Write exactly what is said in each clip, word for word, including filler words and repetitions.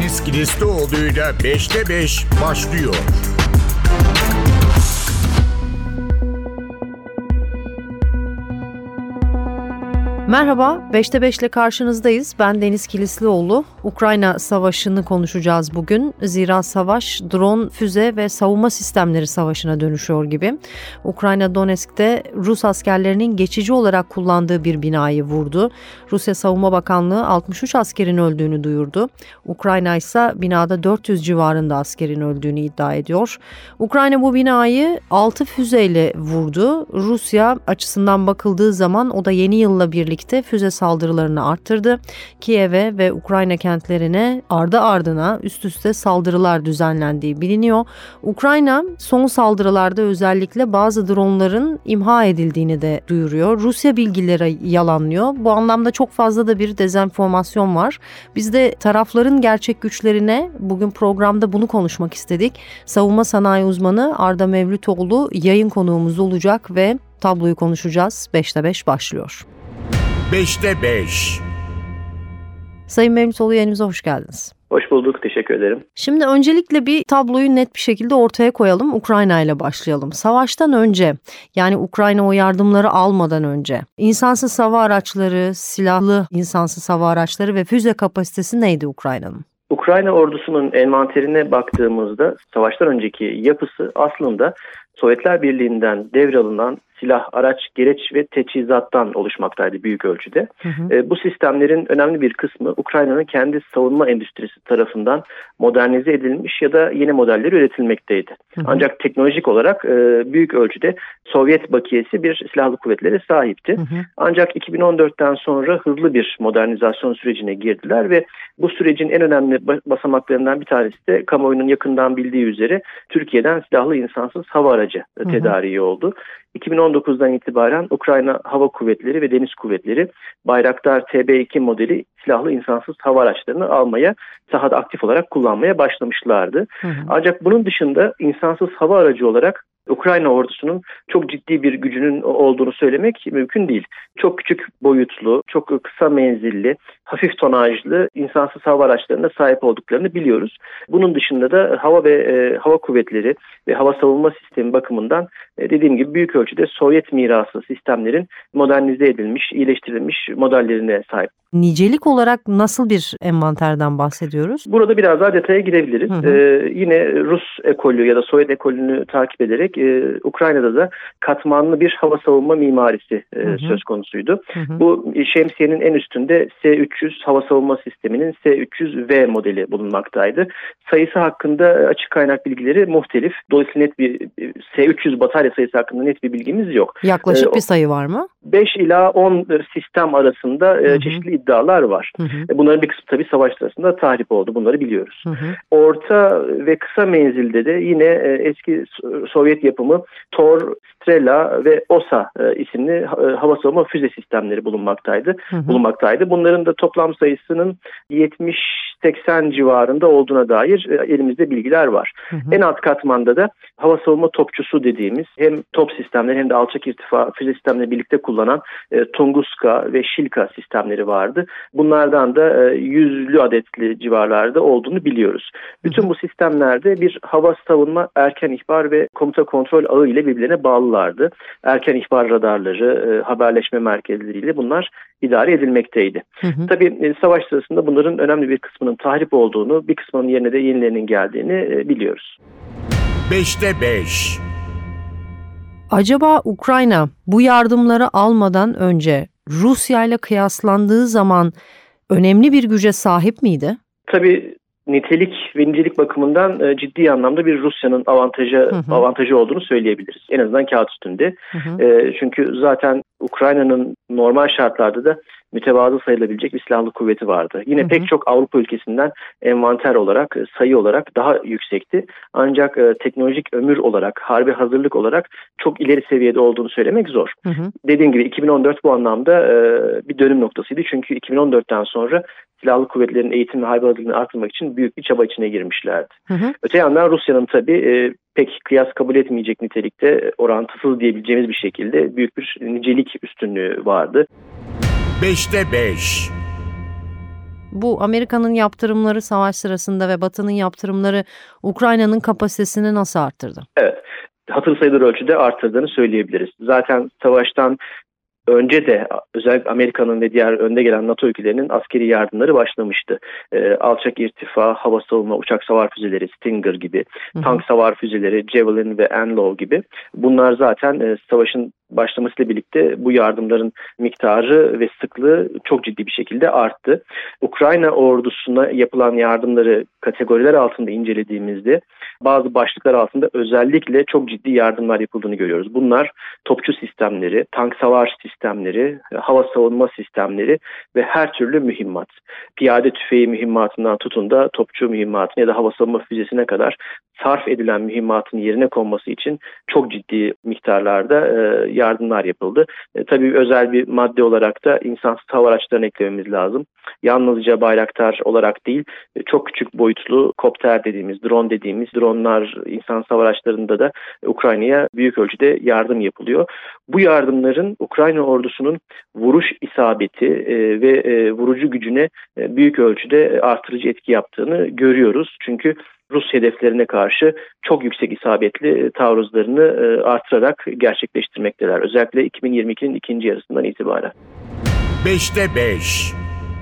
Deniz Kilislioğlu'yla beşte beş başlıyor. Merhaba, beşte beş ile karşınızdayız. Ben Deniz Kilislioğlu. Ukrayna Savaşı'nı konuşacağız bugün. Zira savaş drone, füze ve savunma sistemleri savaşına dönüşüyor gibi. Ukrayna Donetsk'te Rus askerlerinin geçici olarak kullandığı bir binayı vurdu. Rusya Savunma Bakanlığı altmış üç askerin öldüğünü duyurdu. Ukrayna ise binada dört yüz civarında askerin öldüğünü iddia ediyor. Ukrayna bu binayı altı füzeyle vurdu. Rusya açısından bakıldığı zaman o da yeni yılla birlikte füze saldırılarını arttırdı. Kiev'e ve Ukrayna kentlerine ardı ardına üst üste saldırılar düzenlendiği biliniyor. Ukrayna son saldırılarda özellikle bazı dronların imha edildiğini de duyuruyor. Rusya bilgileri yalanlıyor. Bu anlamda çok fazla da bir dezenformasyon var. Biz de tarafların gerçek güçlerine bugün programda bunu konuşmak istedik. Savunma sanayi uzmanı Arda Mevlütoğlu yayın konuğumuz olacak ve tabloyu konuşacağız. beşte beş başlıyor. beşte beş. Sayın Mevlütoğlu, yayınımıza hoş geldiniz. Hoş bulduk, teşekkür ederim. Şimdi öncelikle bir tabloyu net bir şekilde ortaya koyalım. Ukrayna ile başlayalım. Savaştan önce, yani Ukrayna o yardımları almadan önce insansız hava araçları, silahlı insansız hava araçları ve füze kapasitesi neydi Ukrayna'nın? Ukrayna ordusunun envanterine baktığımızda savaştan önceki yapısı aslında Sovyetler Birliği'nden devralınan silah, araç, gereç ve teçhizattan oluşmaktaydı büyük ölçüde. Hı hı. E, bu sistemlerin önemli bir kısmı Ukrayna'nın kendi savunma endüstrisi tarafından modernize edilmiş ya da yeni modelleri üretilmekteydi. Hı hı. Ancak teknolojik olarak e, büyük ölçüde Sovyet bakiyesi bir silahlı kuvvetlere sahipti. Hı hı. Ancak iki bin on dörtten sonra hızlı bir modernizasyon sürecine girdiler ve bu sürecin en önemli basamaklarından bir tanesi de kamuoyunun yakından bildiği üzere Türkiye'den silahlı insansız hava aracı hı hı. tedariği oldu. iki bin on dokuzdan itibaren Ukrayna Hava Kuvvetleri ve Deniz Kuvvetleri Bayraktar T B iki modeli silahlı insansız hava araçlarını almaya, sahada aktif olarak kullanmaya başlamışlardı. Hı hı. Ancak bunun dışında insansız hava aracı olarak Ukrayna ordusunun çok ciddi bir gücünün olduğunu söylemek mümkün değil. Çok küçük boyutlu, çok kısa menzilli, hafif tonajlı insansız hava araçlarına sahip olduklarını biliyoruz. Bunun dışında da hava ve e, hava kuvvetleri ve hava savunma sistemi bakımından e, dediğim gibi büyük ölçüde Sovyet mirası sistemlerin modernize edilmiş, iyileştirilmiş modellerine sahip. Nicelik olarak nasıl bir envanterden bahsediyoruz? Burada biraz daha detaya girebiliriz. Hı hı. Ee, yine Rus ekolü ya da Sovyet ekolünü takip ederek e, Ukrayna'da da katmanlı bir hava savunma mimarisi e, hı hı. söz konusuydu. Hı hı. Bu şemsiyenin en üstünde S üç yüz hava savunma sisteminin S üç yüz V modeli bulunmaktaydı. Sayısı hakkında açık kaynak bilgileri muhtelif. Dolayısıyla net bir S üç yüz batarya sayısı hakkında net bir bilgimiz yok. Yaklaşık ee, bir sayı var mı? beş ila on sistem arasında hı hı. E, çeşitli iddialar var. Hı hı. Bunların bir kısmı tabii savaş sırasında tahrip oldu. Bunları biliyoruz. Hı hı. Orta ve kısa menzilde de yine eski Sovyet yapımı Tor, Strela ve Osa isimli hava savunma füze sistemleri bulunmaktaydı. Hı hı. bulunmaktaydı. Bunların da toplam sayısının yetmiş seksen civarında olduğuna dair elimizde bilgiler var. Hı hı. En alt katmanda da hava savunma topçusu dediğimiz hem top sistemleri hem de alçak irtifa füze sistemleri birlikte kullanan e, Tunguska ve Şilka sistemleri vardı. Bunlardan da e, yüzlü adetli civarlarda olduğunu biliyoruz. Bütün bu sistemlerde bir hava savunma erken ihbar ve komuta kontrol ağı ile birbirlerine bağlılardı. Erken ihbar radarları, e, haberleşme merkezleriyle bunlar idare edilmekteydi. Hı hı. Tabii e, savaş sırasında bunların önemli bir kısmının tahrip olduğunu, bir kısmının yerine de yenilerinin geldiğini e, biliyoruz. beşte beş. Acaba Ukrayna bu yardımları almadan önce Rusya ile kıyaslandığı zaman önemli bir güce sahip miydi? Tabii nitelik ve nicelik bakımından e, ciddi anlamda bir Rusya'nın avantajı hı hı. avantajı olduğunu söyleyebiliriz. En azından kağıt üstünde. Hı hı. E, çünkü zaten Ukrayna'nın normal şartlarda da mütevazı sayılabilecek bir silahlı kuvveti vardı. Yine hı hı. pek çok Avrupa ülkesinden envanter olarak, sayı olarak daha yüksekti. Ancak e, teknolojik ömür olarak, harbi hazırlık olarak çok ileri seviyede olduğunu söylemek zor. Hı hı. Dediğim gibi iki bin on dört bu anlamda e, bir dönüm noktasıydı. Çünkü iki bin on dörtten sonra silahlı kuvvetlerin eğitim ve harbi hazırlığını artırmak için büyük bir çaba içine girmişlerdi. Hı hı. Öte yandan Rusya'nın tabii e, pek kıyas kabul etmeyecek nitelikte, orantısız diyebileceğimiz bir şekilde büyük bir nicelik üstünlüğü vardı. beşte beş. Bu Amerika'nın yaptırımları savaş sırasında ve Batı'nın yaptırımları Ukrayna'nın kapasitesini nasıl arttırdı? Evet, hatır sayılır ölçüde arttırdığını söyleyebiliriz. Zaten savaştan önce de özellikle Amerika'nın ve diğer önde gelen NATO ülkelerinin askeri yardımları başlamıştı. E, alçak irtifa, hava savunma, uçak savar füzeleri, Stinger gibi, hı hı. tank savar füzeleri, Javelin ve Anlow gibi. Bunlar zaten e, savaşın başlamasıyla birlikte bu yardımların miktarı ve sıklığı çok ciddi bir şekilde arttı. Ukrayna ordusuna yapılan yardımları kategoriler altında incelediğimizde bazı başlıklar altında özellikle çok ciddi yardımlar yapıldığını görüyoruz. Bunlar topçu sistemleri, tank savar sistemleri, hava savunma sistemleri ve her türlü mühimmat. Piyade tüfeği mühimmatından tutun da topçu mühimmatına ya da hava savunma füzesine kadar sarf edilen mühimmatın yerine konması için çok ciddi miktarlarda e, yardımlar yapıldı. E, tabii özel bir madde olarak da insansız hava araçlarını eklememiz lazım. Yalnızca Bayraktar olarak değil, e, çok küçük boyutlu kopter dediğimiz, drone dediğimiz dronlar, insansız hava araçlarında da Ukrayna'ya büyük ölçüde yardım yapılıyor. Bu yardımların Ukrayna ordusunun vuruş isabeti e, ve e, vurucu gücüne e, büyük ölçüde artırıcı etki yaptığını görüyoruz. Çünkü Rus hedeflerine karşı çok yüksek isabetli taarruzlarını artırarak gerçekleştirmekteler. Özellikle iki bin yirmi ikinin ikinci yarısından itibaren. beşte beş.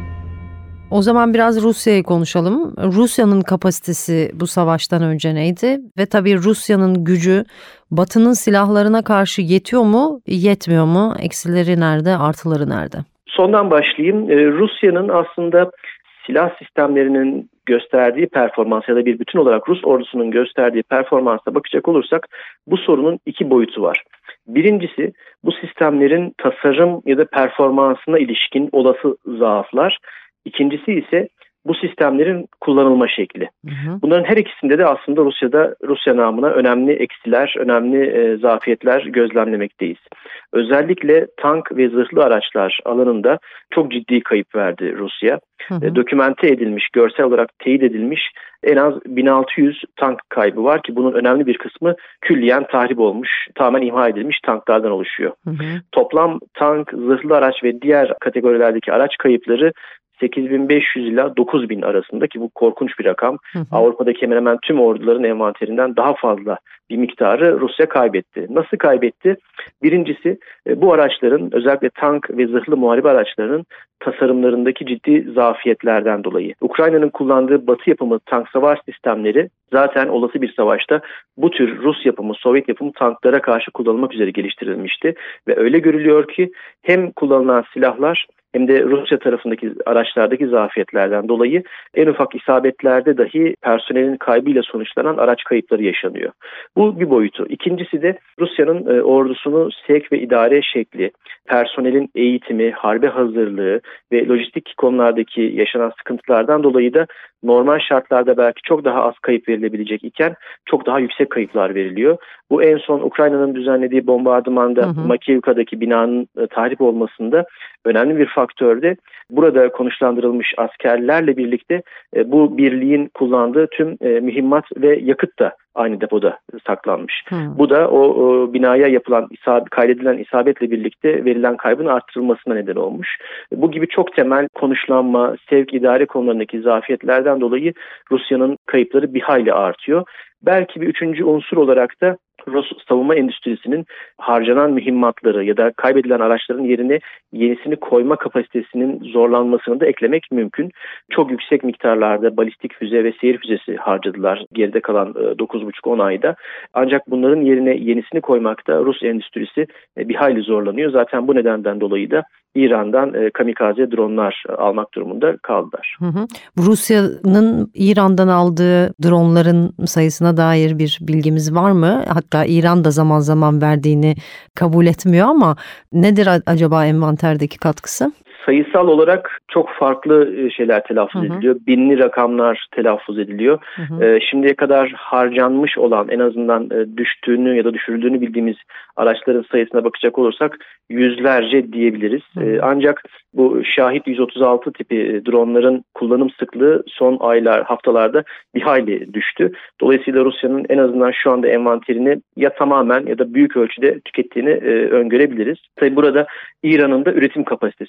O zaman biraz Rusya'yı konuşalım. Rusya'nın kapasitesi bu savaştan önce neydi? Ve tabii Rusya'nın gücü Batı'nın silahlarına karşı yetiyor mu, yetmiyor mu? Eksileri nerede, artıları nerede? Sondan başlayayım. Rusya'nın aslında silah sistemlerinin gösterdiği performans ya da bir bütün olarak Rus ordusunun gösterdiği performansa bakacak olursak bu sorunun iki boyutu var. Birincisi bu sistemlerin tasarım ya da performansına ilişkin olası zaaflar. İkincisi ise bu sistemlerin kullanılma şekli. Hı hı. Bunların her ikisinde de aslında Rusya'da Rusya namına önemli eksiler, önemli e, zafiyetler gözlemlemekteyiz. Özellikle tank ve zırhlı araçlar alanında çok ciddi kayıp verdi Rusya. Hı hı. E, dokümente edilmiş, görsel olarak teyit edilmiş en az bin altı yüz tank kaybı var ki bunun önemli bir kısmı külliyen tahrip olmuş, tamamen imha edilmiş tanklardan oluşuyor. Hı hı. Toplam tank, zırhlı araç ve diğer kategorilerdeki araç kayıpları sekiz bin beş yüz ila dokuz bin arasında ki bu korkunç bir rakam. Hı hı. Avrupa'daki hemen hemen tüm orduların envanterinden daha fazla bir miktarı Rusya kaybetti. Nasıl kaybetti? Birincisi bu araçların özellikle tank ve zırhlı muharebe araçlarının tasarımlarındaki ciddi zafiyetlerden dolayı. Ukrayna'nın kullandığı Batı yapımı tank savar sistemleri zaten olası bir savaşta bu tür Rus yapımı, Sovyet yapımı tanklara karşı kullanılmak üzere geliştirilmişti. Ve öyle görülüyor ki hem kullanılan silahlar hem de Rusya tarafındaki araçlardaki zafiyetlerden dolayı en ufak isabetlerde dahi personelin kaybıyla sonuçlanan araç kayıpları yaşanıyor. Bu bir boyutu. İkincisi de Rusya'nın e, ordusunu sevk ve idare şekli, personelin eğitimi, harbe hazırlığı ve lojistik konulardaki yaşanan sıkıntılardan dolayı da normal şartlarda belki çok daha az kayıp verilebilecek iken çok daha yüksek kayıplar veriliyor. Bu en son Ukrayna'nın düzenlediği bombardımanda hı hı. Makiivka'daki binanın e, tahrip olmasında önemli bir faktördü. Burada konuşlandırılmış askerlerle birlikte e, bu birliğin kullandığı tüm e, mühimmat ve yakıt da aynı depoda saklanmış. Hmm. Bu da o, o binaya yapılan isab- kaydedilen isabetle birlikte verilen kaybın arttırılmasına neden olmuş. Bu gibi çok temel konuşlanma, sevk idare konularındaki zafiyetlerden dolayı Rusya'nın kayıpları bir hayli artıyor. Belki bir üçüncü unsur olarak da Rus savunma endüstrisinin harcanan mühimmatları ya da kaybedilen araçların yerine yenisini koyma kapasitesinin zorlanmasını da eklemek mümkün. Çok yüksek miktarlarda balistik füze ve seyir füzesi harcadılar geride kalan dokuz buçuk on ayda. Ancak bunların yerine yenisini koymakta Rus endüstrisi bir hayli zorlanıyor. Zaten bu nedenden dolayı da İran'dan e, kamikaze dronlar almak durumunda kaldılar. Hı hı. Rusya'nın İran'dan aldığı dronların sayısına dair bir bilgimiz var mı? Hatta İran da zaman zaman verdiğini kabul etmiyor ama nedir acaba envanterdeki katkısı? Sayısal olarak çok farklı şeyler telaffuz hı hı. ediliyor. Binli rakamlar telaffuz ediliyor. Hı hı. E, şimdiye kadar harcanmış olan en azından e, düştüğünü ya da düşürüldüğünü bildiğimiz araçların sayısına bakacak olursak yüzlerce diyebiliriz. Hı hı. E, ancak bu Şahit yüz otuz altı tipi dronların kullanım sıklığı son aylar, haftalarda bir hayli düştü. Dolayısıyla Rusya'nın en azından şu anda envanterini ya tamamen ya da büyük ölçüde tükettiğini e, öngörebiliriz. Tabii burada İran'ın da üretim kapasitesi öne geçiyor.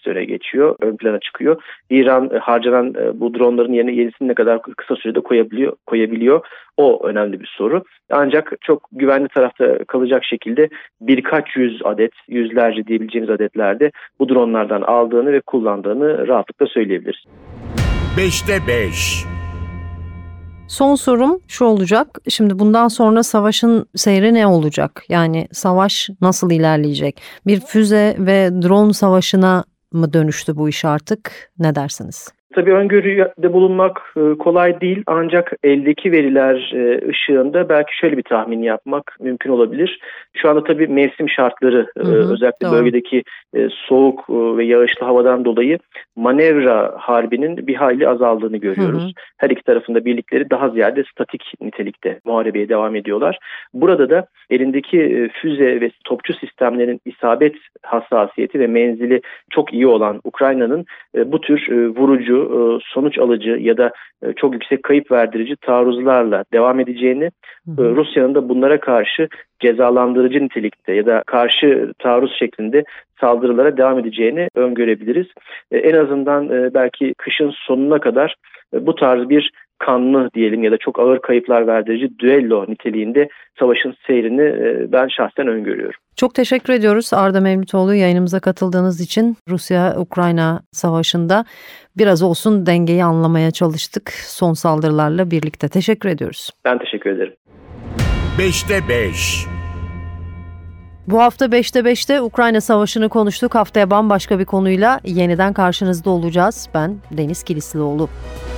geçiyor, ön plana çıkıyor. İran harcanan bu dronların yerine yenisini ne kadar kısa sürede koyabiliyor, koyabiliyor. O önemli bir soru. Ancak çok güvenli tarafta kalacak şekilde birkaç yüz adet, yüzlerce diyebileceğimiz adetlerde bu dronlardan aldığını ve kullandığını rahatlıkla söyleyebiliriz. beşte beş. Son sorum şu olacak. Şimdi bundan sonra savaşın seyri ne olacak? Yani savaş nasıl ilerleyecek? Bir füze ve drone savaşına mı dönüştü bu iş artık? Ne dersiniz? Tabii öngörüde bulunmak kolay değil, ancak eldeki veriler ışığında belki şöyle bir tahmin yapmak mümkün olabilir. Şu anda tabii mevsim şartları, hı hı, özellikle doğru, bölgedeki soğuk ve yağışlı havadan dolayı manevra harbinin bir hayli azaldığını görüyoruz. Hı hı. Her iki tarafında birlikleri daha ziyade statik nitelikte muharebeye devam ediyorlar. Burada da elindeki füze ve topçu sistemlerin isabet hassasiyeti ve menzili çok iyi olan Ukrayna'nın bu tür vurucu, sonuç alıcı ya da çok yüksek kayıp verdirici taarruzlarla devam edeceğini, hı hı, Rusya'nın da bunlara karşı cezalandırıcı nitelikte ya da karşı taarruz şeklinde saldırılara devam edeceğini öngörebiliriz. En azından belki kışın sonuna kadar bu tarz bir kanlı diyelim ya da çok ağır kayıplar verdirici düello niteliğinde savaşın seyrini ben şahsen öngörüyorum. Çok teşekkür ediyoruz Arda Mevlütoğlu, yayınımıza katıldığınız için. Rusya-Ukrayna savaşında biraz olsun dengeyi anlamaya çalıştık son saldırılarla birlikte. Teşekkür ediyoruz. Ben teşekkür ederim. beşte beş. Bu hafta beşte beşte Ukrayna Savaşı'nı konuştuk. Haftaya bambaşka bir konuyla yeniden karşınızda olacağız. Ben Deniz Kilislioğlu.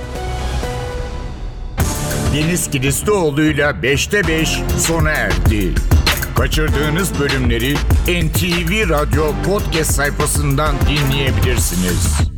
Deniz Kilislioğlu'yla beşte beş sona erdi. Kaçırdığınız bölümleri N T V Radyo Podcast sayfasından dinleyebilirsiniz.